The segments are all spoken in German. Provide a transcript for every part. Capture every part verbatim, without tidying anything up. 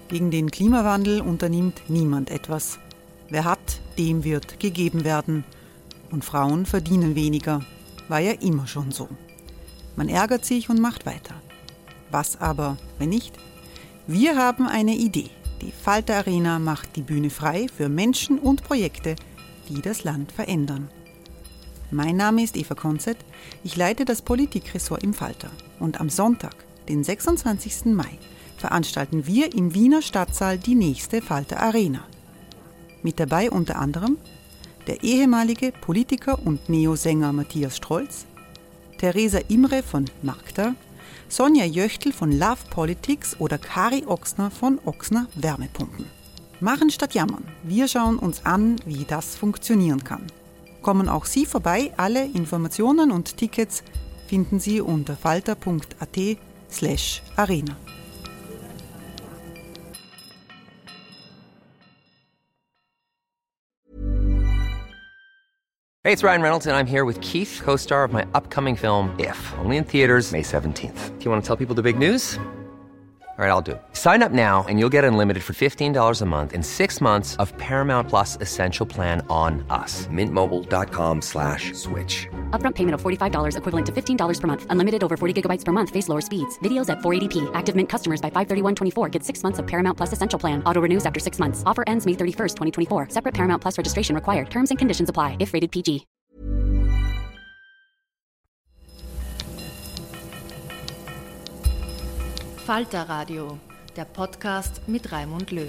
Gegen den Klimawandel unternimmt niemand etwas. Wer hat, dem wird gegeben werden. Und Frauen verdienen weniger. War ja immer schon so. Man ärgert sich und macht weiter. Was aber, wenn nicht? Wir haben eine Idee. Die Falter Arena macht die Bühne frei für Menschen und Projekte, die das Land verändern. Mein Name ist Eva Konzett. Ich leite das Politikressort im Falter. Und am Sonntag, den sechsundzwanzigsten Mai, veranstalten wir im Wiener Stadtsaal die nächste Falter Arena. Mit dabei unter anderem der ehemalige Politiker und Neosänger Matthias Strolz, Theresa Imre von Magda, Sonja Jöchtl von Love Politics oder Kari Ochsner von Ochsner Wärmepumpen. Machen statt jammern. Wir schauen uns an, wie das funktionieren kann. Kommen auch Sie vorbei. Alle Informationen und Tickets finden Sie unter falter punkt at slash arena. Hey, it's Ryan Reynolds, and I'm here with Keith, co-star of my upcoming film, If, only in theaters May seventeenth. Do you want to tell people the big news? All right, I'll do it. Sign up now and you'll get unlimited for fifteen dollars a month and six months of Paramount Plus Essential Plan on us. Mint Mobile dot com slash switch. Upfront payment of forty-five dollars equivalent to fifteen dollars per month. Unlimited over forty gigabytes per month. Face lower speeds. Videos at four eighty p. Active Mint customers by five thirty-one twenty-four get six months of Paramount Plus Essential Plan. Auto renews after six months. Offer ends May thirty-first, twenty twenty-four. Separate Paramount Plus registration required. Terms and conditions apply if rated P G. Falter Radio, der Podcast mit Raimund Löw.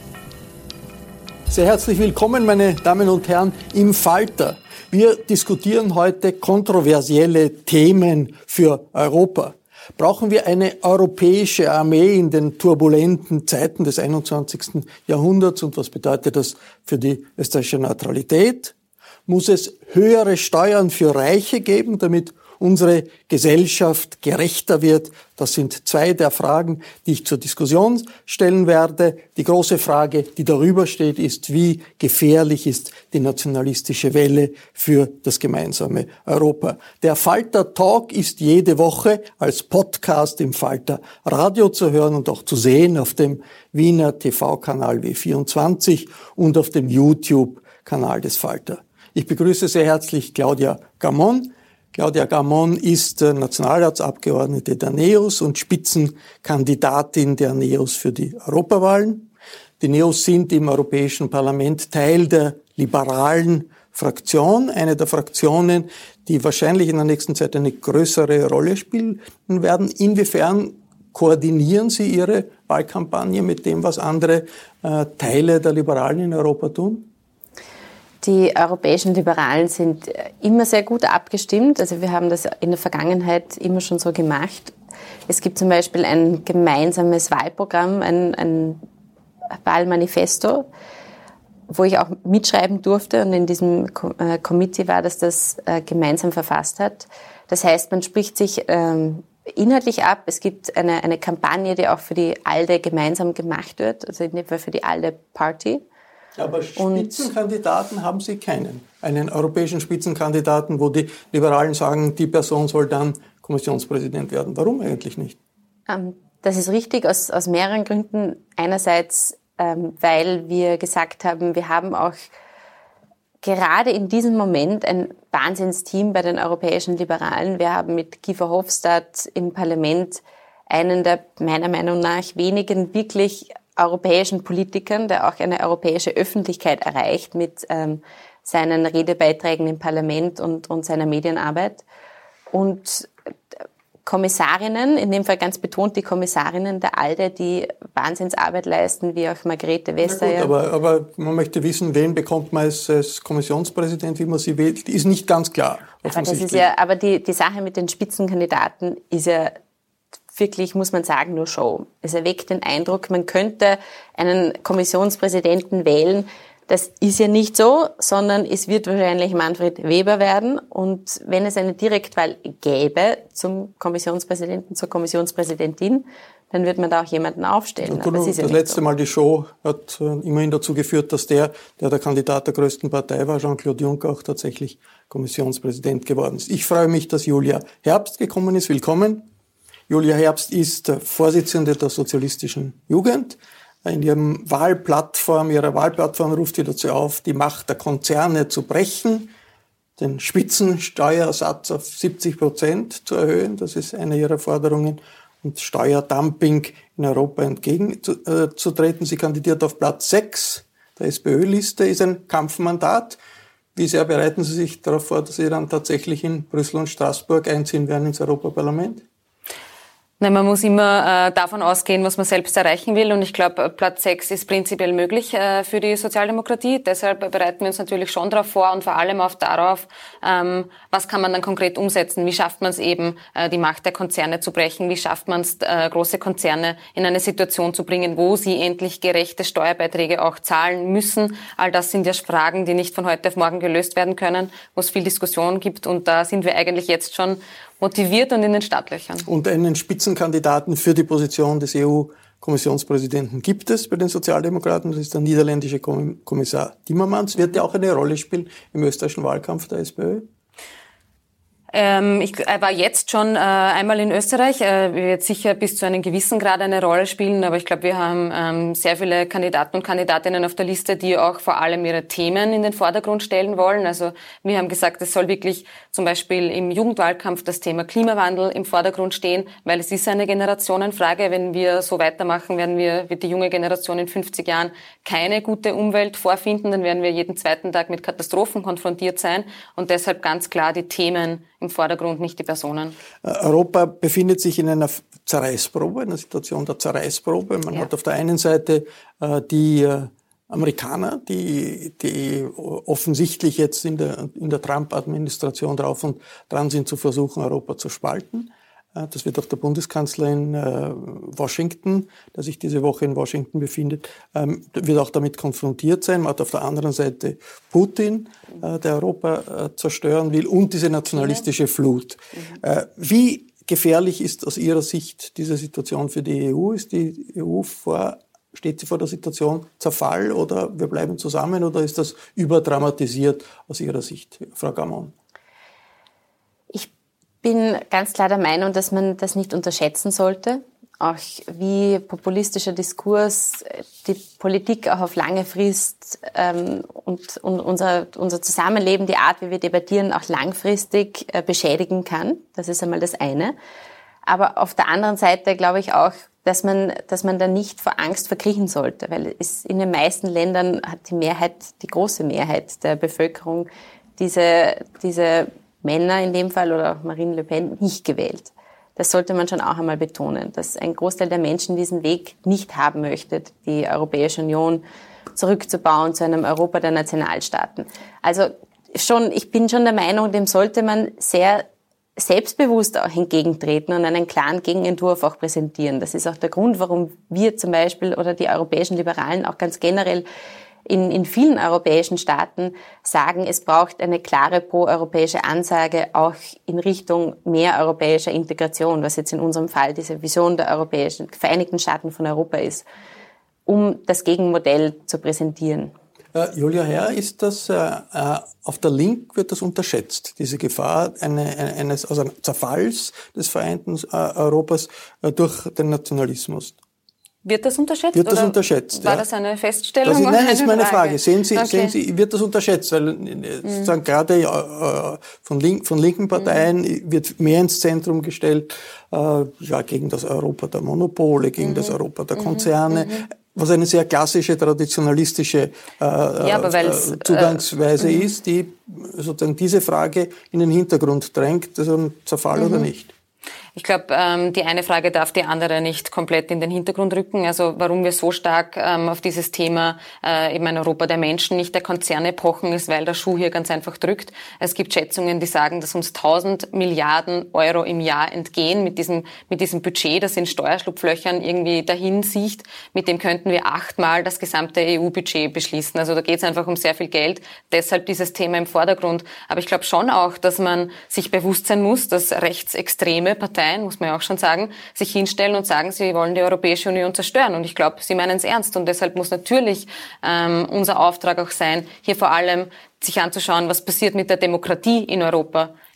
Sehr herzlich willkommen, meine Damen und Herren, im Falter. Wir diskutieren heute kontroversielle Themen für Europa. Brauchen wir eine europäische Armee in den turbulenten Zeiten des einundzwanzigsten Jahrhunderts und was bedeutet das für die österreichische Neutralität? Muss es höhere Steuern für Reiche geben, damit unsere Gesellschaft gerechter wird? Das sind zwei der Fragen, die ich zur Diskussion stellen werde. Die große Frage, die darüber steht, ist, wie gefährlich ist die nationalistische Welle für das gemeinsame Europa? Der Falter Talk ist jede Woche als Podcast im Falter Radio zu hören und auch zu sehen auf dem Wiener T V-Kanal W vierundzwanzig und auf dem YouTube-Kanal des Falter. Ich begrüße sehr herzlich Claudia Gamon. Claudia Gamon ist Nationalratsabgeordnete der NEOS und Spitzenkandidatin der NEOS für die Europawahlen. Die NEOS sind im Europäischen Parlament Teil der liberalen Fraktion, eine der Fraktionen, die wahrscheinlich in der nächsten Zeit eine größere Rolle spielen werden. Inwiefern koordinieren Sie Ihre Wahlkampagne mit dem, was andere äh, Teile der Liberalen in Europa tun? Die europäischen Liberalen sind immer sehr gut abgestimmt. Also wir haben das in der Vergangenheit immer schon so gemacht. Es gibt zum Beispiel ein gemeinsames Wahlprogramm, ein, ein Wahlmanifesto, wo ich auch mitschreiben durfte und in diesem Committee war, das das gemeinsam verfasst hat. Das heißt, man spricht sich ähm, inhaltlich ab. Es gibt eine, eine Kampagne, die auch für die ALDE gemeinsam gemacht wird, also in dem Fall für die ALDE-Party. Aber Spitzenkandidaten haben Sie keinen. Einen europäischen Spitzenkandidaten, wo die Liberalen sagen, die Person soll dann Kommissionspräsident werden. Warum eigentlich nicht? Das ist richtig, aus, aus mehreren Gründen. Einerseits, ähm, weil wir gesagt haben, wir haben auch gerade in diesem Moment ein Wahnsinnsteam bei den europäischen Liberalen. Wir haben mit Guy Verhofstadt im Parlament einen der meiner Meinung nach wenigen wirklich europäischen Politikern, der auch eine europäische Öffentlichkeit erreicht mit ähm, seinen Redebeiträgen im Parlament und, und seiner Medienarbeit. Und Kommissarinnen, in dem Fall ganz betont die Kommissarinnen der ALDE, die Wahnsinnsarbeit leisten, wie auch Margrethe Vestager. Aber, aber man möchte wissen, wen bekommt man als, als Kommissionspräsident, wie man sie wählt, ist nicht ganz klar. Aber, das ist ja, aber die, die Sache mit den Spitzenkandidaten ist ja wirklich, muss man sagen, nur Show. Es erweckt den Eindruck, man könnte einen Kommissionspräsidenten wählen. Das ist ja nicht so, sondern es wird wahrscheinlich Manfred Weber werden. Und wenn es eine Direktwahl gäbe zum Kommissionspräsidenten, zur Kommissionspräsidentin, dann wird man da auch jemanden aufstellen. Aber das, ja das letzte so. Mal die Show hat immerhin dazu geführt, dass der, der der Kandidat der größten Partei war, Jean-Claude Juncker, auch tatsächlich Kommissionspräsident geworden ist. Ich freue mich, dass Julia Herbst gekommen ist. Willkommen. Julia Herbst ist Vorsitzende der Sozialistischen Jugend. In ihrem Wahlplattform, ihrer Wahlplattform ruft sie dazu auf, die Macht der Konzerne zu brechen, den Spitzensteuersatz auf siebzig Prozent zu erhöhen. Das ist eine ihrer Forderungen. Und Steuerdumping in Europa entgegenzutreten. Sie kandidiert auf Platz sechs der SPÖ-Liste, ist ein Kampfmandat. Wie sehr bereiten Sie sich darauf vor, dass Sie dann tatsächlich in Brüssel und Straßburg einziehen werden ins Europaparlament? Nein, man muss immer äh, davon ausgehen, was man selbst erreichen will. Und ich glaube, Platz sechs ist prinzipiell möglich äh, für die Sozialdemokratie. Deshalb bereiten wir uns natürlich schon darauf vor und vor allem auch darauf, ähm, was kann man dann konkret umsetzen? Wie schafft man es eben, äh, die Macht der Konzerne zu brechen? Wie schafft man es, äh, große Konzerne in eine Situation zu bringen, wo sie endlich gerechte Steuerbeiträge auch zahlen müssen? All das sind ja Fragen, die nicht von heute auf morgen gelöst werden können, wo es viel Diskussion gibt. Und da sind wir eigentlich jetzt schon motiviert und in den Startlöchern. Und einen Spitzenkandidaten für die Position des E U-Kommissionspräsidenten gibt es bei den Sozialdemokraten. Das ist der niederländische Kommissar Timmermans. Wird der auch eine Rolle spielen im österreichischen Wahlkampf der SPÖ? Ähm, ich er war jetzt schon äh, einmal in Österreich, äh, wird sicher bis zu einem gewissen Grad eine Rolle spielen, aber ich glaube, wir haben ähm, sehr viele Kandidaten und Kandidatinnen auf der Liste, die auch vor allem ihre Themen in den Vordergrund stellen wollen. Also wir haben gesagt, es soll wirklich zum Beispiel im Jugendwahlkampf das Thema Klimawandel im Vordergrund stehen, weil es ist eine Generationenfrage. Wenn wir so weitermachen, werden wir, wird die junge Generation in fünfzig Jahren keine gute Umwelt vorfinden, dann werden wir jeden zweiten Tag mit Katastrophen konfrontiert sein und deshalb ganz klar die Themen im Vordergrund, nicht die Personen. Europa befindet sich in einer Zerreißprobe, in einer Situation der Zerreißprobe. Man ja. hat auf der einen Seite äh, die äh, Amerikaner, die, die offensichtlich jetzt in der, in der Trump-Administration drauf und dran sind, zu versuchen, Europa zu spalten. Äh, das wird auch der Bundeskanzler in äh, Washington, der sich diese Woche in Washington befindet, ähm, wird auch damit konfrontiert sein. Man hat auf der anderen Seite Putin, äh, der Europa äh, zerstören will, und diese nationalistische Flut. Mhm. Äh, wie gefährlich ist aus Ihrer Sicht diese Situation für die E U? Ist die E U vor Steht sie vor der Situation Zerfall oder wir bleiben zusammen, oder ist das überdramatisiert aus Ihrer Sicht, Frau Gamon? Ich bin ganz klar der Meinung, dass man das nicht unterschätzen sollte. Auch wie populistischer Diskurs die Politik auch auf lange Frist ähm, und, und unser, unser Zusammenleben, die Art, wie wir debattieren, auch langfristig äh, beschädigen kann. Das ist einmal das eine. Aber auf der anderen Seite glaube ich auch, dass man, dass man da nicht vor Angst verkriechen sollte, weil es in den meisten Ländern hat die Mehrheit, die große Mehrheit der Bevölkerung diese, diese Männer in dem Fall oder Marine Le Pen nicht gewählt. Das sollte man schon auch einmal betonen, dass ein Großteil der Menschen diesen Weg nicht haben möchte, die Europäische Union zurückzubauen zu einem Europa der Nationalstaaten. Also schon, ich bin schon der Meinung, dem sollte man sehr selbstbewusst auch entgegentreten und einen klaren Gegenentwurf auch präsentieren. Das ist auch der Grund, warum wir zum Beispiel oder die europäischen Liberalen auch ganz generell in, in vielen europäischen Staaten sagen, es braucht eine klare pro-europäische Ansage auch in Richtung mehr europäischer Integration, was jetzt in unserem Fall diese Vision der europäischen Vereinigten Staaten von Europa ist, um das Gegenmodell zu präsentieren. Uh, Julia Herr, ist das, uh, uh, auf der Link wird das unterschätzt, diese Gefahr eine, eines also Zerfalls des vereinten uh, Europas uh, durch den Nationalismus? Wird das unterschätzt? Wird das oder unterschätzt, war ja. das eine Feststellung? Das ist, nein, das ist meine Frage. Frage. Sehen Sie, okay. sehen Sie, wird das unterschätzt? Weil mhm. sozusagen gerade äh, von, link, von linken Parteien mhm. wird mehr ins Zentrum gestellt, äh, ja, gegen das Europa der Monopole, gegen mhm. das Europa der Konzerne. Mhm. Was eine sehr klassische, traditionalistische äh, ja, äh, Zugangsweise äh, ist, die sozusagen diese Frage in den Hintergrund drängt, also ein Zerfall mhm. oder nicht. Ich glaube, ähm, die eine Frage darf die andere nicht komplett in den Hintergrund rücken. Also warum wir so stark ähm, auf dieses Thema äh, eben ein Europa der Menschen, nicht der Konzerne pochen, ist, weil der Schuh hier ganz einfach drückt. Es gibt Schätzungen, die sagen, dass uns tausend Milliarden Euro im Jahr entgehen mit diesem mit diesem Budget, das in Steuerschlupflöchern irgendwie dahin sieht. Mit dem könnten wir achtmal das gesamte E U-Budget beschließen. Also da geht es einfach um sehr viel Geld. Deshalb dieses Thema im Vordergrund. Aber ich glaube schon auch, dass man sich bewusst sein muss, dass rechtsextreme Parteien, muss man ja auch schon sagen, sich hinstellen und sagen, sie wollen die Europäische Union zerstören. Und ich glaube, sie meinen es ernst. Und deshalb muss natürlich ähm, unser Auftrag auch sein, hier vor allem sich anzuschauen, was passiert mit der Demokratie in Europa.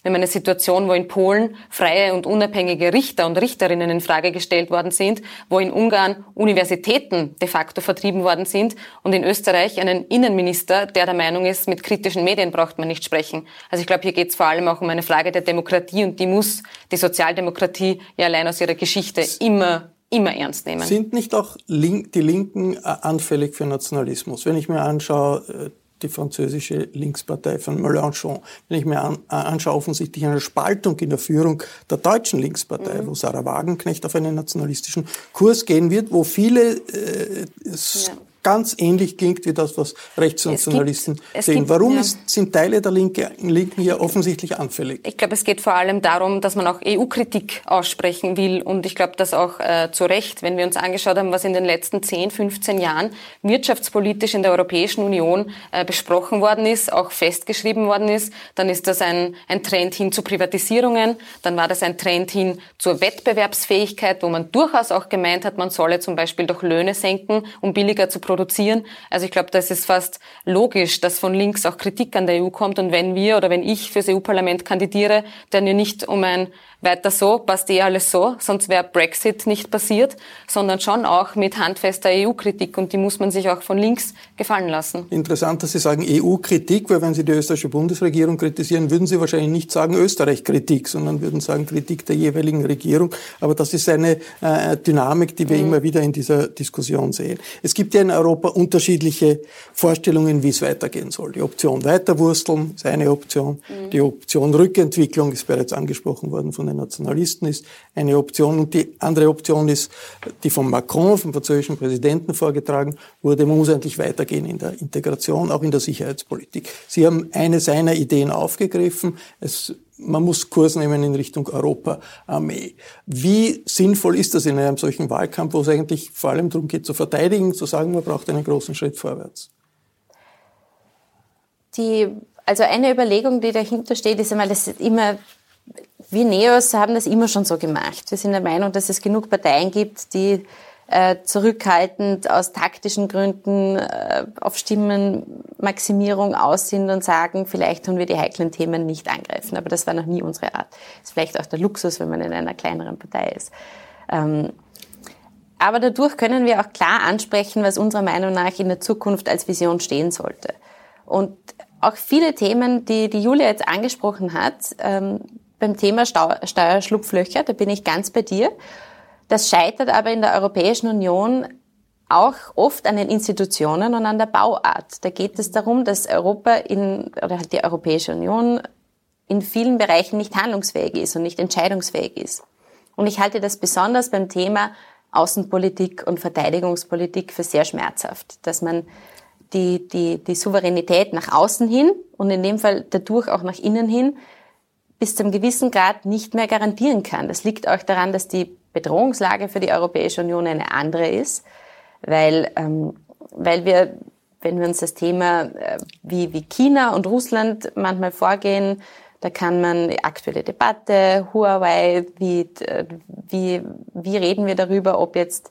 Wir haben eine Situation, wo in Polen freie und unabhängige Richter und Richterinnen in Frage gestellt worden sind, wo in Ungarn Universitäten de facto vertrieben worden sind und in Österreich einen Innenminister, der der Meinung ist, mit kritischen Medien braucht man nicht sprechen. Also ich glaube, hier geht es vor allem auch um eine Frage der Demokratie und die muss die Sozialdemokratie ja allein aus ihrer Geschichte immer immer ernst nehmen. Sind nicht auch Link, die Linken anfällig für Nationalismus? Wenn ich mir anschaue, die französische Linkspartei von Mélenchon, wenn ich mir an, anschaue, offensichtlich eine Spaltung in der Führung der deutschen Linkspartei, mhm. wo Sarah Wagenknecht auf einen nationalistischen Kurs gehen wird, wo viele äh, es ja. ganz ähnlich klingt wie das, was Rechtsnationalisten es gibt, es sehen. Gibt, Warum ja. ist, sind Teile der Linke, Linken hier offensichtlich anfällig? Ich glaube, es geht vor allem darum, dass man auch E U-Kritik aussprechen will. Und ich glaube, das auch äh, zu Recht, wenn wir uns angeschaut haben, was in den letzten zehn, fünfzehn Jahren wirtschaftspolitisch in der Europäischen Union äh, besprochen worden ist, auch festgeschrieben worden ist, dann ist das ein, ein Trend hin zu Privatisierungen, dann war das ein Trend hin zur Wettbewerbsfähigkeit, wo man durchaus auch gemeint hat, man solle zum Beispiel doch Löhne senken, um billiger zu produzieren. Also ich glaube, das ist fast logisch, dass von links auch Kritik an der E U kommt. Und wenn wir oder wenn ich fürs E U-Parlament kandidiere, dann ja nicht um ein weiter so, passt eh alles so, sonst wäre Brexit nicht passiert, sondern schon auch mit handfester E U-Kritik und die muss man sich auch von links gefallen lassen. Interessant, dass Sie sagen E U-Kritik, weil wenn Sie die österreichische Bundesregierung kritisieren, würden Sie wahrscheinlich nicht sagen Österreich-Kritik, sondern würden sagen Kritik der jeweiligen Regierung. Aber das ist eine äh, Dynamik, die wir mhm. immer wieder in dieser Diskussion sehen. Es gibt ja in Europa unterschiedliche Vorstellungen, wie es weitergehen soll. Die Option Weiterwursteln ist eine Option. Mhm. Die Option Rückentwicklung ist bereits angesprochen worden von den Nationalisten, ist eine Option. Und die andere Option ist, die von Macron, vom französischen Präsidenten vorgetragen wurde, man muss endlich weitergehen in der Integration, auch in der Sicherheitspolitik. Sie haben eine seiner Ideen aufgegriffen. Es, man muss Kurs nehmen in Richtung Europa-Armee. Wie sinnvoll ist das in einem solchen Wahlkampf, wo es eigentlich vor allem darum geht, zu verteidigen, zu sagen, man braucht einen großen Schritt vorwärts? Die, also eine Überlegung, die dahinter steht, ist einmal, dass immer wir Neos haben das immer schon so gemacht. Wir sind der Meinung, dass es genug Parteien gibt, die äh, zurückhaltend aus taktischen Gründen äh, auf Stimmenmaximierung aus sind und sagen, vielleicht tun wir die heiklen Themen nicht angreifen. Aber das war noch nie unsere Art. Das ist vielleicht auch der Luxus, wenn man in einer kleineren Partei ist. Ähm, aber dadurch können wir auch klar ansprechen, was unserer Meinung nach in der Zukunft als Vision stehen sollte. Und auch viele Themen, die die Julia jetzt angesprochen hat, ähm, beim Thema Steu- Steuerschlupflöcher, da bin ich ganz bei dir. Das scheitert aber in der Europäischen Union auch oft an den Institutionen und an der Bauart. Da geht es darum, dass Europa in, oder die Europäische Union in vielen Bereichen nicht handlungsfähig ist und nicht entscheidungsfähig ist. Und ich halte das besonders beim Thema Außenpolitik und Verteidigungspolitik für sehr schmerzhaft, dass man die, die, die Souveränität nach außen hin und in dem Fall dadurch auch nach innen hin bis zu einem gewissen Grad nicht mehr garantieren kann. Das liegt auch daran, dass die Bedrohungslage für die Europäische Union eine andere ist, weil, ähm, weil wir, wenn wir uns das Thema äh, wie, wie China und Russland manchmal vorgehen, da kann man aktuelle Debatte, Huawei, wie, wie, wie reden wir darüber, ob jetzt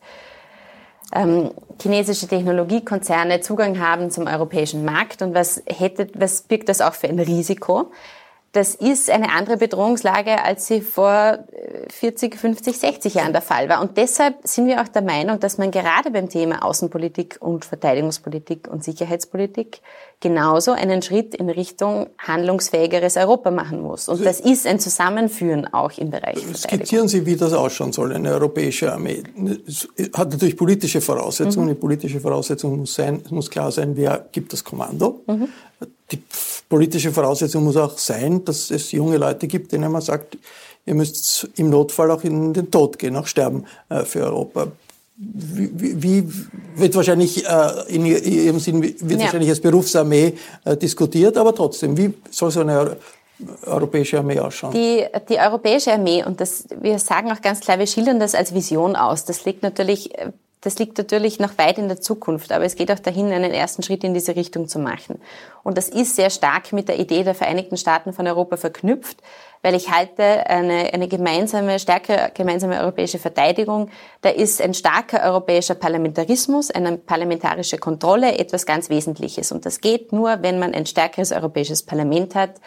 ähm, chinesische Technologiekonzerne Zugang haben zum europäischen Markt und was hätte, was birgt das auch für ein Risiko? Das ist eine andere Bedrohungslage, als sie vor vierzig, fünfzig, sechzig Jahren der Fall war. Und deshalb sind wir auch der Meinung, dass man gerade beim Thema Außenpolitik und Verteidigungspolitik und Sicherheitspolitik genauso einen Schritt in Richtung handlungsfähigeres Europa machen muss. Und das ist ein Zusammenführen auch im Bereich Verteidigung. Skizzieren Sie, wie das ausschauen soll, eine europäische Armee. Es hat natürlich politische Voraussetzungen. Mhm. Die politische Voraussetzung muss sein, es muss klar sein, wer gibt das Kommando. Mhm. Die politische Voraussetzung muss auch sein, dass es junge Leute gibt, denen man sagt, ihr müsst im Notfall auch in den Tod gehen, auch sterben äh, für Europa. Wie, wie, wie wird wahrscheinlich äh, in Ihrem Sinn wird ja. wahrscheinlich als Berufsarmee äh, diskutiert, aber trotzdem, wie soll so eine europäische Armee ausschauen? Die, die europäische Armee, und das, wir sagen auch ganz klar, wir schildern das als Vision aus. Das liegt natürlich Das liegt natürlich noch weit in der Zukunft, aber es geht auch dahin, einen ersten Schritt in diese Richtung zu machen. Und das ist sehr stark mit der Idee der Vereinigten Staaten von Europa verknüpft, weil ich halte eine, eine gemeinsame, stärkere gemeinsame europäische Verteidigung, da ist ein starker europäischer Parlamentarismus, eine parlamentarische Kontrolle etwas ganz Wesentliches. Und das geht nur, wenn man ein stärkeres europäisches Parlament hat,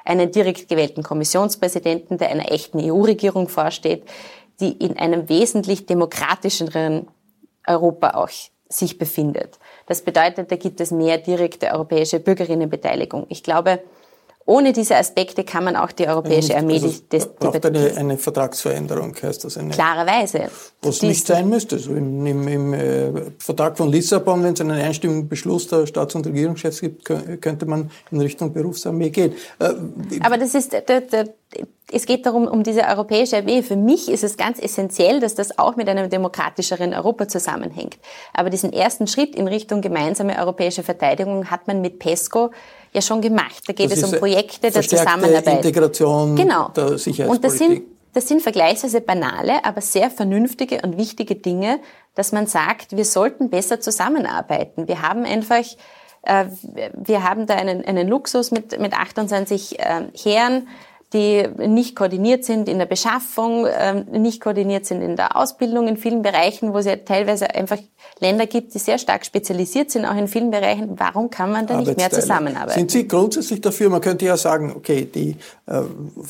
einen direkt gewählten Kommissionspräsidenten, der einer echten E U-Regierung vorsteht, die in einem wesentlich demokratischeren Europa auch sich befindet. Das bedeutet, da gibt es mehr direkte europäische Bürgerinnenbeteiligung. Ich glaube, ohne diese Aspekte kann man auch die europäische Armee... Also des, des, braucht eine, eine Vertragsveränderung, heißt das? Eine, klarerweise. Was nicht sein müsste. Also im im, im äh, Vertrag von Lissabon, wenn es einen einstimmigen Beschluss der Staats- und Regierungschefs gibt, könnte man in Richtung Berufsarmee gehen. Äh, Aber das ist... Der, der, es geht darum, um diese europäische Armee. Für mich ist es ganz essentiell, dass das auch mit einem demokratischeren Europa zusammenhängt. Aber diesen ersten Schritt in Richtung gemeinsame europäische Verteidigung hat man mit PESCO ja schon gemacht. Da geht das es um Projekte der Zusammenarbeit. Integration genau. der Sicherheitspolitik. Und das sind, das sind vergleichsweise banale, aber sehr vernünftige und wichtige Dinge, dass man sagt, wir sollten besser zusammenarbeiten. Wir haben einfach, äh, wir haben da einen, einen Luxus mit, mit achtundzwanzig äh, Heeren, die nicht koordiniert sind in der Beschaffung, nicht koordiniert sind in der Ausbildung in vielen Bereichen, wo es ja teilweise einfach Länder gibt, die sehr stark spezialisiert sind, auch in vielen Bereichen. Warum kann man da nicht mehr zusammenarbeiten? Sind Sie grundsätzlich dafür? Man könnte ja sagen, okay, die äh,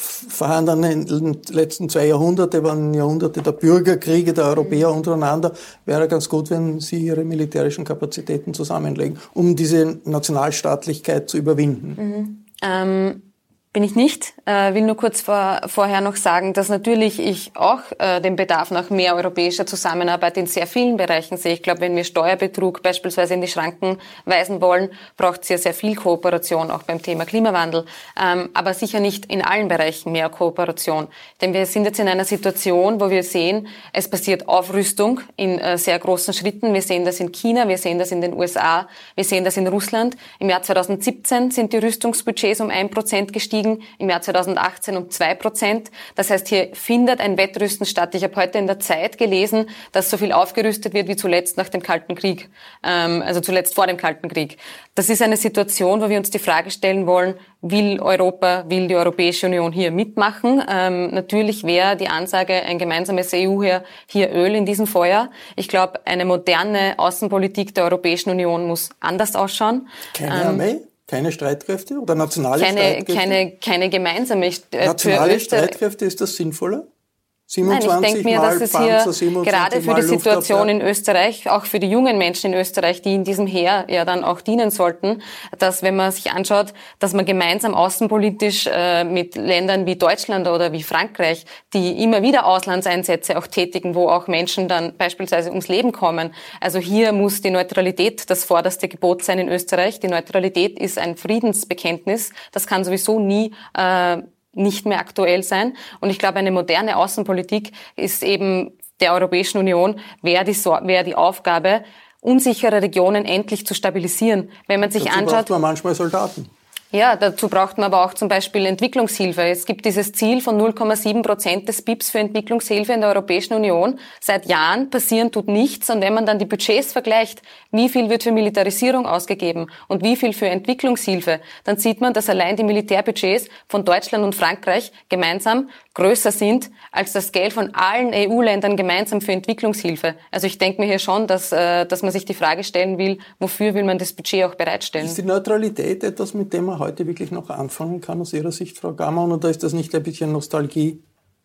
vorhandenen letzten zwei Jahrhunderte waren Jahrhunderte der Bürgerkriege der Europäer untereinander. Wäre ganz gut, wenn Sie Ihre militärischen Kapazitäten zusammenlegen, um diese Nationalstaatlichkeit zu überwinden. Mhm. Ähm Bin ich nicht. Äh, will nur kurz vor, vorher noch sagen, dass natürlich ich auch äh, den Bedarf nach mehr europäischer Zusammenarbeit in sehr vielen Bereichen sehe. Ich glaube, wenn wir Steuerbetrug beispielsweise in die Schranken weisen wollen, braucht es ja sehr viel Kooperation, auch beim Thema Klimawandel. Ähm, aber sicher nicht in allen Bereichen mehr Kooperation. Denn wir sind jetzt in einer Situation, wo wir sehen, es passiert Aufrüstung in äh, sehr großen Schritten. Wir sehen das in China, wir sehen das in den U S A, wir sehen das in Russland. Im Jahr zweitausendsiebzehn sind die Rüstungsbudgets um ein Prozent gestiegen. Im Jahr zweitausendachtzehn um zwei Prozent. Das heißt, hier findet ein Wettrüsten statt. Ich habe heute in der Zeit gelesen, dass so viel aufgerüstet wird wie zuletzt nach dem Kalten Krieg, ähm, also zuletzt vor dem Kalten Krieg. Das ist eine Situation, wo wir uns die Frage stellen wollen, will Europa, will die Europäische Union hier mitmachen? Ähm, natürlich wäre die Ansage, ein gemeinsames E U-Heer hier Öl in diesem Feuer. Ich glaube, eine moderne Außenpolitik der Europäischen Union muss anders ausschauen. Keine Armee? Ähm, Keine Streitkräfte oder nationale keine, Streitkräfte? Keine, keine gemeinsame. Äh, nationale Streitkräfte, ist das sinnvoller? siebenundzwanzig Nein, ich denke mir, Mal dass es Panzer, hier gerade für die Situation in Österreich, auch für die jungen Menschen in Österreich, die in diesem Heer ja dann auch dienen sollten, dass wenn man sich anschaut, dass man gemeinsam außenpolitisch äh, mit Ländern wie Deutschland oder wie Frankreich, die immer wieder Auslandseinsätze auch tätigen, wo auch Menschen dann beispielsweise ums Leben kommen. Also hier muss die Neutralität das vorderste Gebot sein in Österreich. Die Neutralität ist ein Friedensbekenntnis. Das kann sowieso nie äh, nicht mehr aktuell sein. Und ich glaube, eine moderne Außenpolitik ist eben der Europäischen Union, wäre die, so- wäre die Aufgabe, unsichere Regionen endlich zu stabilisieren. Wenn man sich Dazu anschaut, braucht man manchmal Soldaten. Ja, dazu braucht man aber auch zum Beispiel Entwicklungshilfe. Es gibt dieses Ziel von null Komma sieben Prozent des B I Ps für Entwicklungshilfe in der Europäischen Union. Seit Jahren passieren tut nichts. Und wenn man dann die Budgets vergleicht, wie viel wird für Militarisierung ausgegeben und wie viel für Entwicklungshilfe, dann sieht man, dass allein die Militärbudgets von Deutschland und Frankreich gemeinsam größer sind als das Geld von allen E U-Ländern gemeinsam für Entwicklungshilfe. Also ich denke mir hier schon, dass, äh, dass man sich die Frage stellen will, wofür will man das Budget auch bereitstellen? Ist die Neutralität etwas, mit dem man heute wirklich noch anfangen kann aus Ihrer Sicht, Frau Gammann, oder ist das nicht ein bisschen Nostalgie?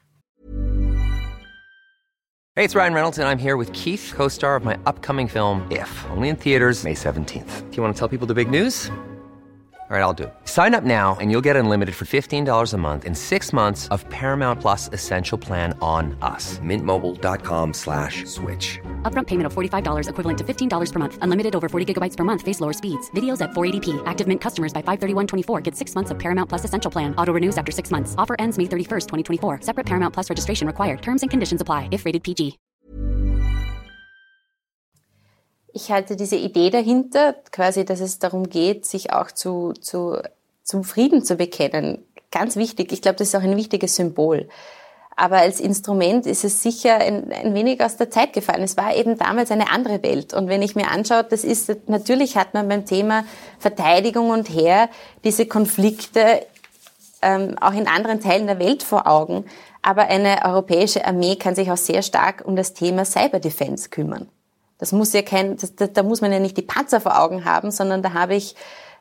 Hey, it's Ryan Reynolds, and I'm here with Keith, co-star of my upcoming film, If, only in theaters May seventeenth. Do you want to tell people the big news? All right, I'll do it. Sign up now and you'll get unlimited for fifteen dollars a month and six months of Paramount Plus Essential Plan on us. Mint Mobile dot com slash switch. Upfront payment of forty-five dollars equivalent to fifteen dollars per month. Unlimited over forty gigabytes per month. Face lower speeds. Videos at four eighty p. Active Mint customers by five thirty-one twenty-four get six months of Paramount Plus Essential Plan. Auto renews after six months. Offer ends May thirty-first, twenty twenty-four. Separate Paramount Plus registration required. Terms and conditions apply if rated P G. Ich halte diese Idee dahinter, quasi, dass es darum geht, sich auch zu, zu, zum Frieden zu bekennen. Ganz wichtig. Ich glaube, das ist auch ein wichtiges Symbol. Aber als Instrument ist es sicher ein, ein wenig aus der Zeit gefallen. Es war eben damals eine andere Welt. Und wenn ich mir anschaue, das ist, natürlich hat man beim Thema Verteidigung und Heer diese Konflikte ähm, auch in anderen Teilen der Welt vor Augen. Aber eine europäische Armee kann sich auch sehr stark um das Thema Cyberdefense kümmern. Das muss ja kein, das, da, da muss man ja nicht die Panzer vor Augen haben, sondern da habe ich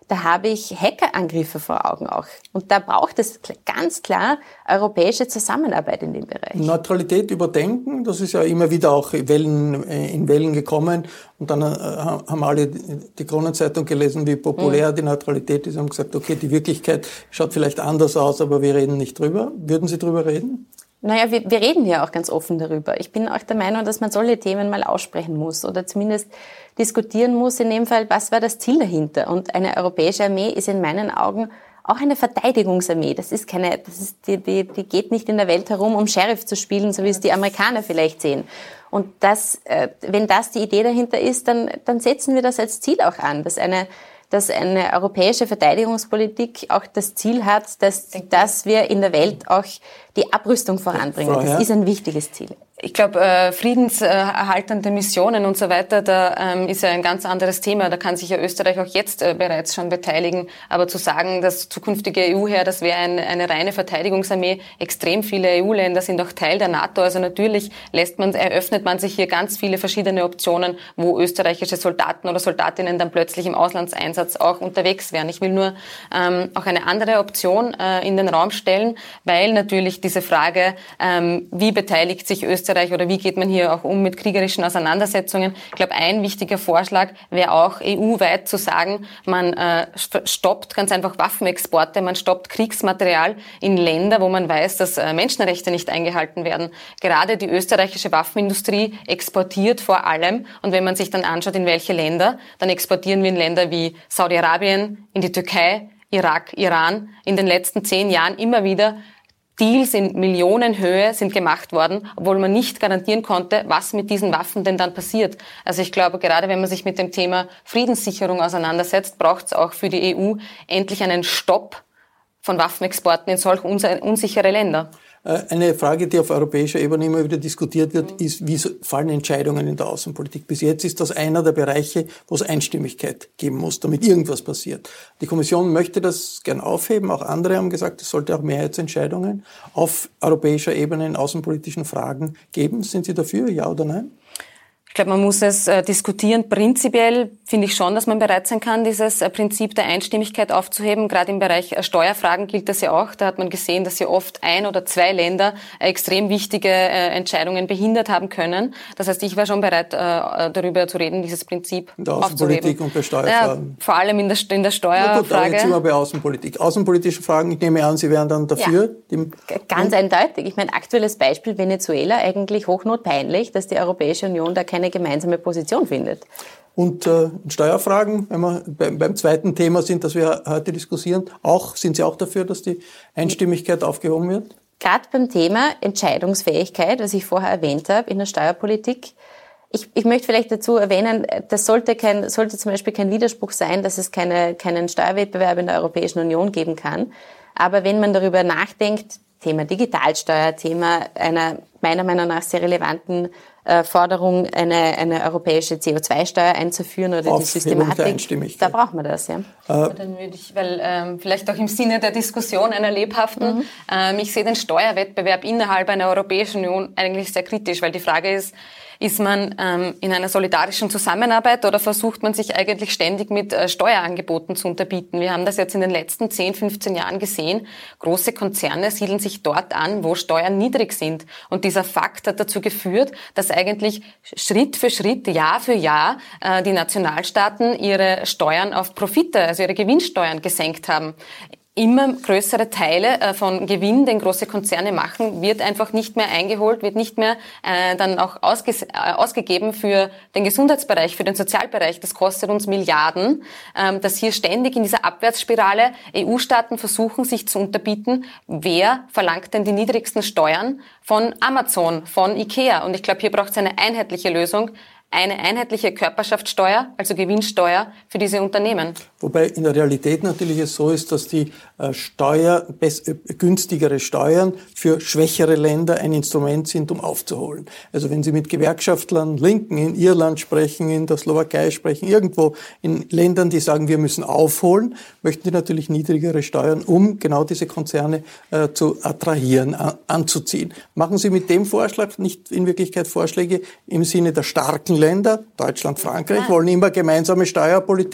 da habe ich Hackerangriffe vor Augen auch. Und da braucht es ganz klar europäische Zusammenarbeit in dem Bereich. Neutralität überdenken, das ist ja immer wieder auch Wellen, in Wellen gekommen. Und dann haben alle die Kronenzeitung gelesen, wie populär mhm. die Neutralität ist, und haben gesagt, okay, die Wirklichkeit schaut vielleicht anders aus, aber wir reden nicht drüber. Würden Sie drüber reden? Naja, wir, wir reden ja auch ganz offen darüber. Ich bin auch der Meinung, dass man solche Themen mal aussprechen muss oder zumindest diskutieren muss in dem Fall, was war das Ziel dahinter. Und eine europäische Armee ist in meinen Augen auch eine Verteidigungsarmee. Das ist keine, das ist, die, die, die geht nicht in der Welt herum, um Sheriff zu spielen, so wie es die Amerikaner vielleicht sehen. Und das, äh, wenn das die Idee dahinter ist, dann, dann setzen wir das als Ziel auch an, dass eine dass eine europäische Verteidigungspolitik auch das Ziel hat, dass, dass wir in der Welt auch die Abrüstung voranbringen. Das ist ein wichtiges Ziel. Ich glaube, äh, friedenserhaltende Missionen und so weiter, da ähm, ist ja ein ganz anderes Thema. Da kann sich ja Österreich auch jetzt äh, bereits schon beteiligen. Aber zu sagen, das zukünftige E U-Heer, das wäre ein, eine reine Verteidigungsarmee, extrem viele E U-Länder sind auch Teil der NATO. Also natürlich lässt man, eröffnet man sich hier ganz viele verschiedene Optionen, wo österreichische Soldaten oder Soldatinnen dann plötzlich im Auslandseinsatz auch unterwegs wären. Ich will nur ähm, auch eine andere Option äh, in den Raum stellen, weil natürlich diese Frage, ähm, wie beteiligt sich Österreich oder wie geht man hier auch um mit kriegerischen Auseinandersetzungen. Ich glaube, ein wichtiger Vorschlag wäre auch E U-weit zu sagen, man äh, stoppt ganz einfach Waffenexporte, man stoppt Kriegsmaterial in Länder, wo man weiß, dass äh, Menschenrechte nicht eingehalten werden. Gerade die österreichische Waffenindustrie exportiert vor allem, und wenn man sich dann anschaut, in welche Länder, dann exportieren wir in Länder wie Saudi-Arabien, in die Türkei, Irak, Iran, in den letzten zehn Jahren immer wieder. Deals in Millionenhöhe sind gemacht worden, obwohl man nicht garantieren konnte, was mit diesen Waffen denn dann passiert. Also ich glaube, gerade wenn man sich mit dem Thema Friedenssicherung auseinandersetzt, braucht es auch für die E U endlich einen Stopp von Waffenexporten in solch unsichere Länder. Eine Frage, die auf europäischer Ebene immer wieder diskutiert wird, ist, wie fallen Entscheidungen in der Außenpolitik? Bis jetzt ist das einer der Bereiche, wo es Einstimmigkeit geben muss, damit irgendwas passiert. Die Kommission möchte das gern aufheben. Auch andere haben gesagt, es sollte auch Mehrheitsentscheidungen auf europäischer Ebene in außenpolitischen Fragen geben. Sind Sie dafür, ja oder nein? Ich glaube, man muss es äh, diskutieren. Prinzipiell finde ich schon, dass man bereit sein kann, dieses äh, Prinzip der Einstimmigkeit aufzuheben. Gerade im Bereich äh, Steuerfragen gilt das ja auch. Da hat man gesehen, dass ja oft ein oder zwei Länder äh, extrem wichtige äh, Entscheidungen behindert haben können. Das heißt, ich wäre schon bereit, äh, darüber zu reden, dieses Prinzip in der aufzuheben. Außenpolitik und bei Steuerfragen. Ja, vor allem in der, in der Steuerfrage. Na gut, aber jetzt sind wir bei Außenpolitik. Außenpolitische Fragen, ich nehme an, Sie wären dann dafür? Ja, ganz hm? eindeutig. Ich meine, aktuelles Beispiel Venezuela, eigentlich hochnotpeinlich, dass die Europäische Union da keine gemeinsame Position findet. Und äh, Steuerfragen, wenn wir beim, beim zweiten Thema sind, das wir heute diskutieren, auch, sind Sie auch dafür, dass die Einstimmigkeit aufgehoben wird? Gerade beim Thema Entscheidungsfähigkeit, was ich vorher erwähnt habe, in der Steuerpolitik. Ich, ich möchte vielleicht dazu erwähnen, das sollte kein, sollte zum Beispiel kein Widerspruch sein, dass es keine, keinen Steuerwettbewerb in der Europäischen Union geben kann. Aber wenn man darüber nachdenkt, Thema Digitalsteuer, Thema einer meiner Meinung nach sehr relevanten äh, Forderung, eine, eine europäische C O zwei Steuer einzuführen oder die Systematik, da braucht man das. Ja. Äh, Dann würde ich, weil ähm, vielleicht auch im Sinne der Diskussion einer lebhaften, mhm. ähm, ich sehe den Steuerwettbewerb innerhalb einer Europäischen Union eigentlich sehr kritisch, weil die Frage ist, ist man ähm, in einer solidarischen Zusammenarbeit oder versucht man sich eigentlich ständig mit äh, Steuerangeboten zu unterbieten? Wir haben das jetzt in den letzten zehn, fünfzehn Jahren gesehen. Große Konzerne siedeln sich dort an, wo Steuern niedrig sind. Und dieser Fakt hat dazu geführt, dass eigentlich Schritt für Schritt, Jahr für Jahr äh, die Nationalstaaten ihre Steuern auf Profite, also ihre Gewinnsteuern gesenkt haben. Immer größere Teile äh, von Gewinn, den große Konzerne machen, wird einfach nicht mehr eingeholt, wird nicht mehr äh, dann auch ausge- äh, ausgegeben für den Gesundheitsbereich, für den Sozialbereich. Das kostet uns Milliarden, ähm, dass hier ständig in dieser Abwärtsspirale E U-Staaten versuchen, sich zu unterbieten. Wer verlangt denn die niedrigsten Steuern? Von Amazon, von Ikea. Und ich glaube, hier braucht es eine einheitliche Lösung. Eine einheitliche Körperschaftssteuer, also Gewinnsteuer für diese Unternehmen. Wobei in der Realität natürlich es so ist, dass die äh, Steuer, best, äh, günstigere Steuern für schwächere Länder ein Instrument sind, um aufzuholen. Also wenn Sie mit Gewerkschaftlern, Linken in Irland sprechen, in der Slowakei sprechen, irgendwo in Ländern, die sagen, wir müssen aufholen, möchten die natürlich niedrigere Steuern, um genau diese Konzerne äh, zu attrahieren, an, anzuziehen. Machen Sie mit dem Vorschlag nicht in Wirklichkeit Vorschläge im Sinne der starken Länder, Deutschland, Frankreich, wollen immer gemeinsame Steuerpolitik.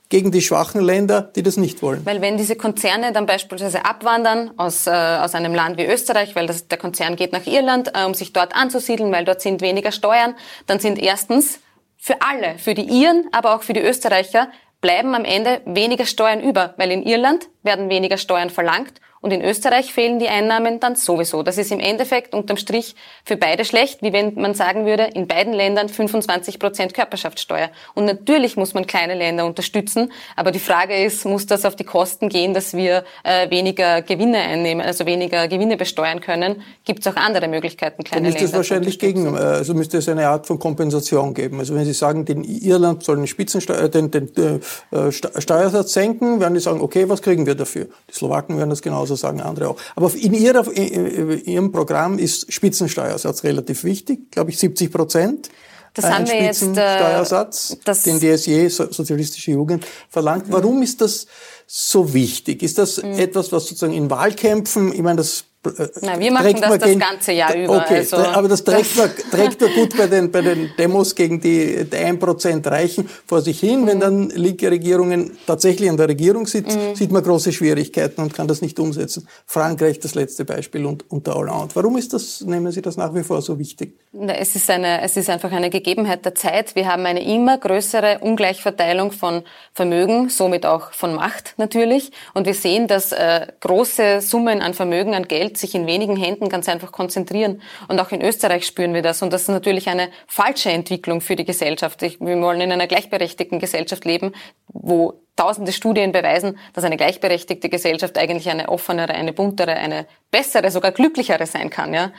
gegen die schwachen Länder, die das nicht wollen. Weil wenn diese Konzerne dann beispielsweise abwandern aus, äh, aus einem Land wie Österreich, weil das, der Konzern geht nach Irland, äh, um sich dort anzusiedeln, weil dort sind weniger Steuern, dann sind erstens für alle, für die Iren, aber auch für die Österreicher, bleiben am Ende weniger Steuern über, weil in Irland werden weniger Steuern verlangt und in Österreich fehlen die Einnahmen dann sowieso. Das ist im Endeffekt unterm Strich für beide schlecht, wie wenn man sagen würde, in beiden Ländern fünfundzwanzig Prozent Körperschaftssteuer. Und natürlich muss man kleine Länder unterstützen, aber die Frage ist, muss das auf die Kosten gehen, dass wir äh, weniger Gewinne einnehmen, also weniger Gewinne besteuern können? Gibt es auch andere Möglichkeiten, kleine Länder zu unterstützen? Dann ist das wahrscheinlich gegen, also müsste es eine Art von Kompensation geben. Also wenn Sie sagen, den Irland soll den Spitzensteuer, den, den äh, Steuersatz senken, werden die sagen, okay, was kriegen wir dafür? Die Slowaken werden das genauso sagen, andere auch. Aber in, ihrer, in Ihrem Programm ist Spitzensteuersatz relativ wichtig, glaube ich, siebzig Prozent. Das haben wir jetzt, Spitzensteuersatz, äh, den die S J, Sozialistische Jugend, verlangt. Warum ist das so wichtig? Ist das mhm. etwas, was sozusagen in Wahlkämpfen, ich meine, das Na, wir machen das das ganze Jahr über. Okay, also, aber das trägt man, trägt man gut bei den, bei den Demos gegen die, die ein Prozent Reichen vor sich hin. Mhm. Wenn dann linke Regierungen tatsächlich an der Regierung sitzen, mhm. sieht man große Schwierigkeiten und kann das nicht umsetzen. Frankreich, das letzte Beispiel, und unter Hollande. Warum ist das, nehmen Sie das nach wie vor so wichtig? Es ist eine, es ist einfach eine Gegebenheit der Zeit. Wir haben eine immer größere Ungleichverteilung von Vermögen, somit auch von Macht natürlich. Und wir sehen, dass äh, große Summen an Vermögen, an Geld sich in wenigen Händen ganz einfach konzentrieren. Und auch in Österreich spüren wir das. Und das ist natürlich eine falsche Entwicklung für die Gesellschaft. Ich, wir wollen in einer gleichberechtigten Gesellschaft leben, wo tausende Studien beweisen, dass eine gleichberechtigte Gesellschaft eigentlich eine offenere, eine buntere, eine bessere, sogar glücklichere sein kann. Ja?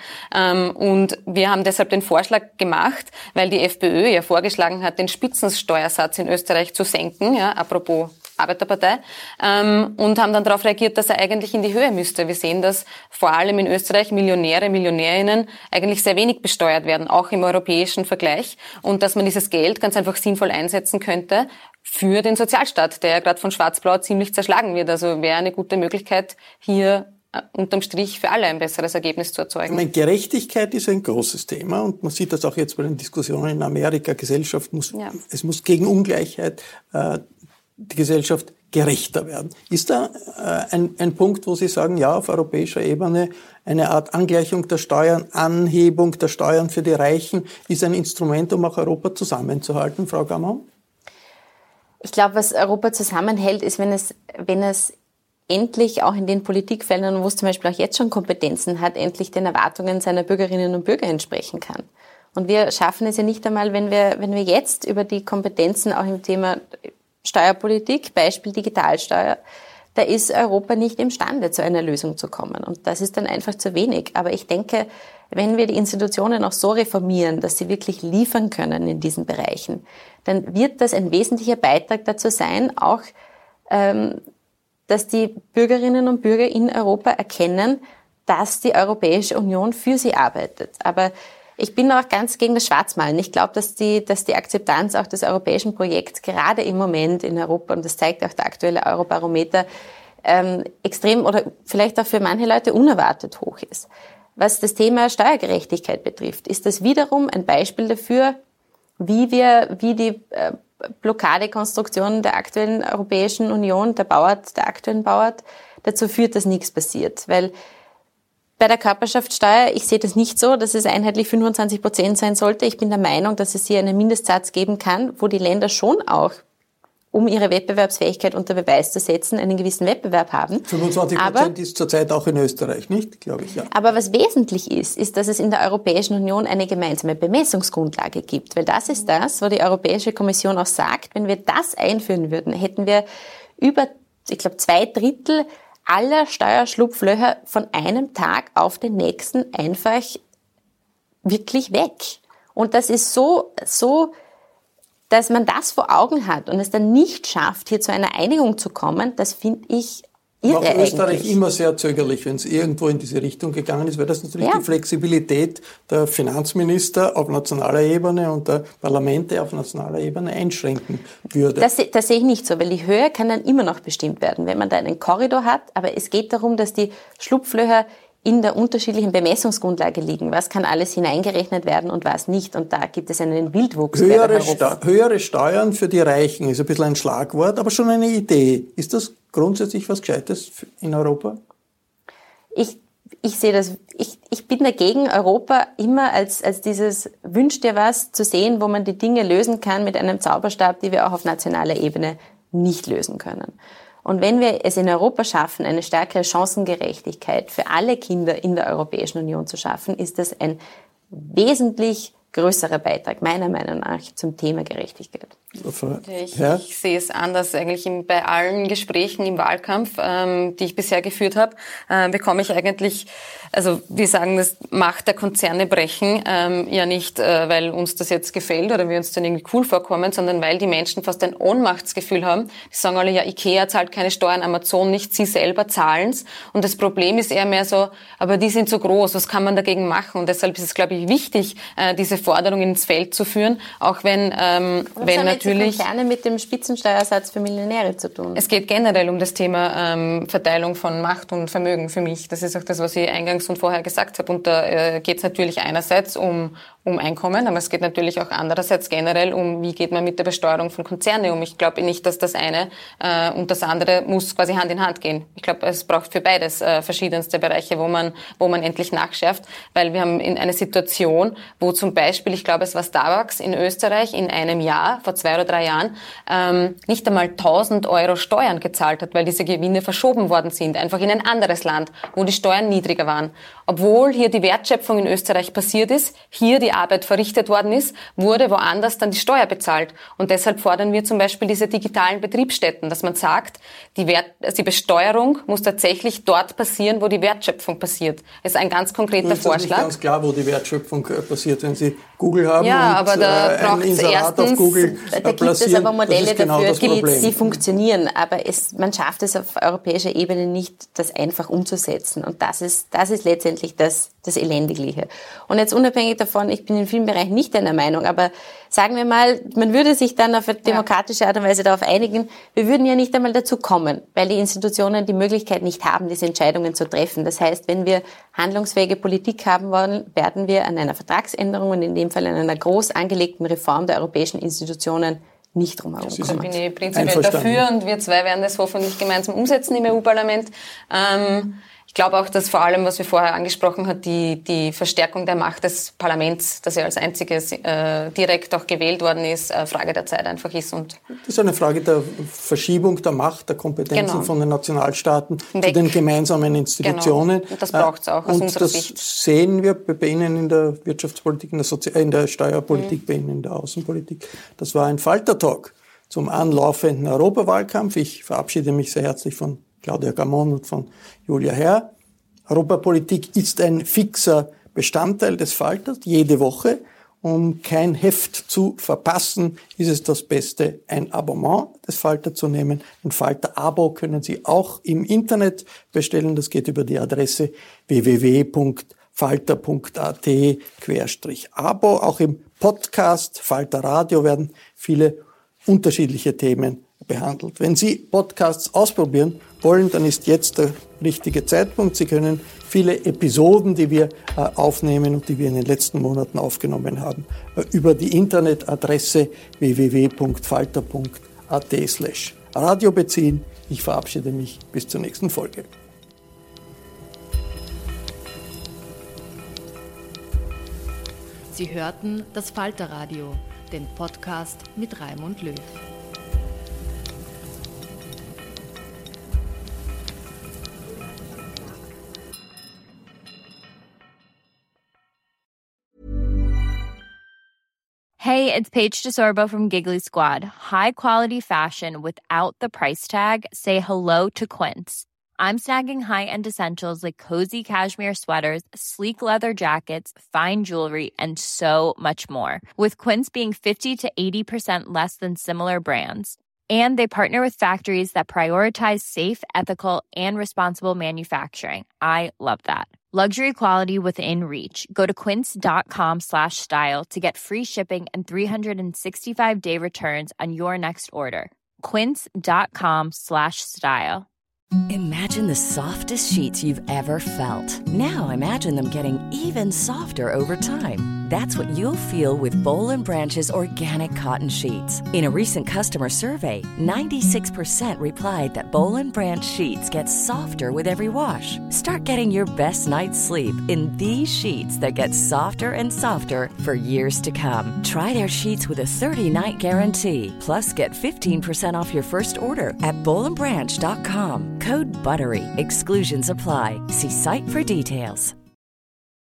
Und wir haben deshalb den Vorschlag gemacht, weil die FPÖ ja vorgeschlagen hat, den Spitzensteuersatz in Österreich zu senken, ja, apropos Arbeiterpartei, ähm, und haben dann darauf reagiert, dass er eigentlich in die Höhe müsste. Wir sehen, dass vor allem in Österreich Millionäre, Millionärinnen eigentlich sehr wenig besteuert werden, auch im europäischen Vergleich, und dass man dieses Geld ganz einfach sinnvoll einsetzen könnte für den Sozialstaat, der ja gerade von Schwarz-Blau ziemlich zerschlagen wird. Also wäre eine gute Möglichkeit, hier äh, unterm Strich für alle ein besseres Ergebnis zu erzeugen. Ich meine, Gerechtigkeit ist ein großes Thema, und man sieht das auch jetzt bei den Diskussionen in Amerika. Gesellschaft muss, ja. es muss gegen Ungleichheit äh, die Gesellschaft gerechter werden. Ist da äh, ein, ein Punkt, wo Sie sagen, ja, auf europäischer Ebene eine Art Angleichung der Steuern, Anhebung der Steuern für die Reichen ist ein Instrument, um auch Europa zusammenzuhalten, Frau Gammann? Ich glaube, was Europa zusammenhält, ist, wenn es, wenn es endlich auch in den Politikfeldern, wo es zum Beispiel auch jetzt schon Kompetenzen hat, endlich den Erwartungen seiner Bürgerinnen und Bürger entsprechen kann. Und wir schaffen es ja nicht einmal, wenn wir, wenn wir jetzt über die Kompetenzen auch im Thema Steuerpolitik, Beispiel Digitalsteuer, da ist Europa nicht imstande, zu einer Lösung zu kommen. Und das ist dann einfach zu wenig. Aber ich denke, wenn wir die Institutionen auch so reformieren, dass sie wirklich liefern können in diesen Bereichen, dann wird das ein wesentlicher Beitrag dazu sein, auch, ähm, dass die Bürgerinnen und Bürger in Europa erkennen, dass die Europäische Union für sie arbeitet. Aber ich bin auch ganz gegen das Schwarzmalen. Ich glaube, dass die, dass die Akzeptanz auch des europäischen Projekts gerade im Moment in Europa, und das zeigt auch der aktuelle Eurobarometer, ähm, extrem oder vielleicht auch für manche Leute unerwartet hoch ist. Was das Thema Steuergerechtigkeit betrifft, ist das wiederum ein Beispiel dafür, wie wir, wie die äh, Blockadekonstruktion der aktuellen Europäischen Union, der Bauart, der aktuellen Bauart, dazu führt, dass nichts passiert. Weil bei der Körperschaftssteuer, ich sehe das nicht so, dass es einheitlich fünfundzwanzig Prozent sein sollte. Ich bin der Meinung, dass es hier einen Mindestsatz geben kann, wo die Länder schon auch, um ihre Wettbewerbsfähigkeit unter Beweis zu setzen, einen gewissen Wettbewerb haben. fünfundzwanzig Prozent ist zurzeit auch in Österreich, nicht? Glaube ich, ja. Aber was wesentlich ist, ist, dass es in der Europäischen Union eine gemeinsame Bemessungsgrundlage gibt. Weil das ist das, wo die Europäische Kommission auch sagt, wenn wir das einführen würden, hätten wir über, ich glaube, zwei Drittel aller Steuerschlupflöcher von einem Tag auf den nächsten einfach wirklich weg. Und das ist so, so, dass man das vor Augen hat und es dann nicht schafft, hier zu einer Einigung zu kommen, das finde ich irre. War Österreich eigentlich immer sehr zögerlich, wenn es irgendwo in diese Richtung gegangen ist, weil das natürlich ja. die Flexibilität der Finanzminister auf nationaler Ebene und der Parlamente auf nationaler Ebene einschränken würde. Das, das sehe ich nicht so, weil die Höhe kann dann immer noch bestimmt werden, wenn man da einen Korridor hat. Aber es geht darum, dass die Schlupflöcher in der unterschiedlichen Bemessungsgrundlage liegen. Was kann alles hineingerechnet werden und was nicht? Und da gibt es einen Wildwuchs. Höhere, Sta- höhere Steuern für die Reichen ist ein bisschen ein Schlagwort, aber schon eine Idee. Ist das grundsätzlich was Gescheites in Europa? Ich, ich sehe das, ich, ich bin dagegen, Europa immer als, als dieses Wünsch dir was zu sehen, wo man die Dinge lösen kann mit einem Zauberstab, die wir auch auf nationaler Ebene nicht lösen können. Und wenn wir es in Europa schaffen, eine stärkere Chancengerechtigkeit für alle Kinder in der Europäischen Union zu schaffen, ist das ein wesentlich größerer Beitrag, meiner Meinung nach, zum Thema Gerechtigkeit. Ich, ja. ich sehe es anders. Eigentlich in, bei allen Gesprächen im Wahlkampf, ähm, die ich bisher geführt habe, äh, bekomme ich eigentlich, also wir sagen das Macht der Konzerne brechen, ähm, ja nicht, äh, weil uns das jetzt gefällt oder wir uns dann irgendwie cool vorkommen, sondern weil die Menschen fast ein Ohnmachtsgefühl haben. Die sagen alle, ja, Ikea zahlt keine Steuern, Amazon nicht, sie selber zahlen's. Und das Problem ist eher mehr so, aber die sind so groß, was kann man dagegen machen? Und deshalb ist es, glaube ich, wichtig, äh, diese Forderung ins Feld zu führen, auch wenn, ähm, wenn natürlich Konzerne mit dem Spitzensteuersatz für Millionäre zu tun. Es geht generell um das Thema ähm, Verteilung von Macht und Vermögen für mich. Das ist auch das, was ich eingangs und vorher gesagt habe. Und da äh, geht es natürlich einerseits um um Einkommen, aber es geht natürlich auch andererseits generell um, wie geht man mit der Besteuerung von Konzernen um. Ich glaube nicht, dass das eine äh, und das andere muss quasi Hand in Hand gehen. Ich glaube, es braucht für beides äh, verschiedenste Bereiche, wo man wo man endlich nachschärft, weil wir haben in eine Situation, wo zum Beispiel, ich glaube, es war Starbucks in Österreich in einem Jahr, vor zwei oder drei Jahren, ähm, nicht einmal tausend Euro Steuern gezahlt hat, weil diese Gewinne verschoben worden sind, einfach in ein anderes Land, wo die Steuern niedriger waren. Obwohl hier die Wertschöpfung in Österreich passiert ist, hier die Arbeit verrichtet worden ist, wurde woanders dann die Steuer bezahlt. Und deshalb fordern wir zum Beispiel diese digitalen Betriebsstätten, dass man sagt, die, Wert, also die Besteuerung muss tatsächlich dort passieren, wo die Wertschöpfung passiert. Das ist ein ganz konkreter ist das Vorschlag. Nicht ganz klar, wo die Wertschöpfung passiert, wenn Sie Google haben ja, und aber da äh, ein Inserat auf Google äh, da gibt es aber Modelle genau dafür, die, Problem. die funktionieren, aber es, man schafft es auf europäischer Ebene nicht, das einfach umzusetzen. Und das ist, das ist letztendlich das, das Elendigliche. Und jetzt unabhängig davon, ich bin in vielen Bereichen nicht einer Meinung, aber sagen wir mal, man würde sich dann auf eine demokratische Art und Weise darauf einigen, wir würden ja nicht einmal dazu kommen, weil die Institutionen die Möglichkeit nicht haben, diese Entscheidungen zu treffen. Das heißt, wenn wir handlungsfähige Politik haben wollen, werden wir an einer Vertragsänderung und in dem Fall an einer groß angelegten Reform der europäischen Institutionen nicht drum herum kommen. Ich bin prinzipiell dafür und wir zwei werden das hoffentlich gemeinsam umsetzen im E U-Parlament. Ähm, Ich glaube auch, dass vor allem, was wir vorher angesprochen haben, die, die Verstärkung der Macht des Parlaments, das ja als einziges äh, direkt auch gewählt worden ist, äh, Frage der Zeit einfach ist. Und das ist eine Frage der Verschiebung der Macht, der Kompetenzen genau. von den Nationalstaaten Weg. zu den gemeinsamen Institutionen. Genau. Und das braucht es auch aus Und unserer das Sicht. Sehen wir bei Ihnen in der Wirtschaftspolitik, in der, Sozi- in der Steuerpolitik, mhm. bei Ihnen in der Außenpolitik. Das war ein Falter-Talk zum anlaufenden Europawahlkampf. Ich verabschiede mich sehr herzlich von Claudia Gamon und von Julia Herr. Europapolitik ist ein fixer Bestandteil des Falters, jede Woche. Um kein Heft zu verpassen, ist es das Beste, ein Abonnement des Falter zu nehmen. Ein Falter-Abo können Sie auch im Internet bestellen. Das geht über die Adresse w w w punkt falter punkt a t slash abo. Auch im Podcast Falter Radio werden viele unterschiedliche Themen behandelt. Wenn Sie Podcasts ausprobieren wollen, dann ist jetzt der richtige Zeitpunkt. Sie können viele Episoden, die wir äh, aufnehmen und die wir in den letzten Monaten aufgenommen haben, äh, über die Internetadresse w w w punkt falter punkt a t slash radio beziehen. Ich verabschiede mich bis zur nächsten Folge. Sie hörten das Falter-Radio, den Podcast mit Raimund Löw. Hey, it's Paige DeSorbo from Giggly Squad. High quality fashion without the price tag. Say hello to Quince. I'm snagging high-end essentials like cozy cashmere sweaters, sleek leather jackets, fine jewelry, and so much more. With Quince being fifty to eighty percent less than similar brands. And they partner with factories that prioritize safe, ethical, and responsible manufacturing. I love that. Luxury quality within reach. Go to quince.com slash style to get free shipping and three sixty-five day returns on your next order. Quince.com slash style. Imagine the softest sheets you've ever felt. Now imagine them getting even softer over time. That's what you'll feel with Boll and Branch's organic cotton sheets. In a recent customer survey, ninety-six percent replied that Boll and Branch sheets get softer with every wash. Start getting your best night's sleep in these sheets that get softer and softer for years to come. Try their sheets with a thirty-night guarantee. Plus, get fifteen percent off your first order at boll and branch dot com. Code BUTTERY. Exclusions apply. See site for details.